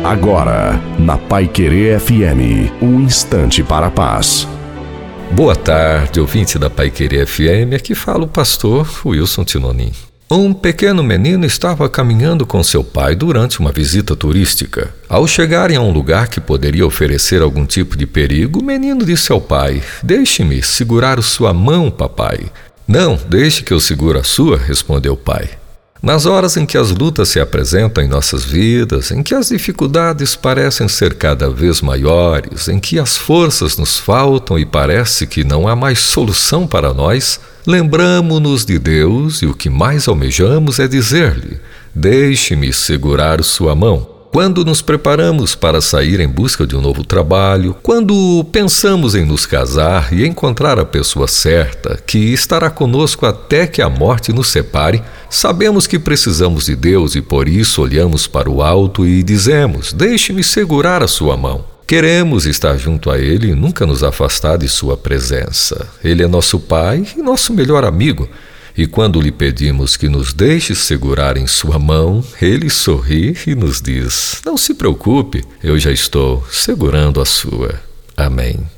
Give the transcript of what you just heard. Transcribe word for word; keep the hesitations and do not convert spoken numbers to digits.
Agora, na Paiquerê F M, um instante para a paz. Boa tarde, ouvinte da Paiquerê F M, aqui fala o pastor Wilson Tinonim. Um pequeno menino estava caminhando com seu pai durante uma visita turística. Ao chegarem a um lugar que poderia oferecer algum tipo de perigo, o menino disse ao pai: "Deixe-me segurar sua mão, papai." "Não, deixe que eu segure a sua", respondeu o pai. Nas horas em que as lutas se apresentam em nossas vidas, em que as dificuldades parecem ser cada vez maiores, em que as forças nos faltam e parece que não há mais solução para nós, lembramo-nos de Deus e o que mais almejamos é dizer-lhe: "Deixe-me segurar sua mão." Quando nos preparamos para sair em busca de um novo trabalho, quando pensamos em nos casar e encontrar a pessoa certa, que estará conosco até que a morte nos separe, sabemos que precisamos de Deus e por isso olhamos para o alto e dizemos: "Deixe-me segurar a sua mão." Queremos estar junto a Ele e nunca nos afastar de sua presença. Ele é nosso Pai e nosso melhor amigo. E quando lhe pedimos que nos deixe segurar em sua mão, ele sorri e nos diz: "Não se preocupe, eu já estou segurando a sua." Amém.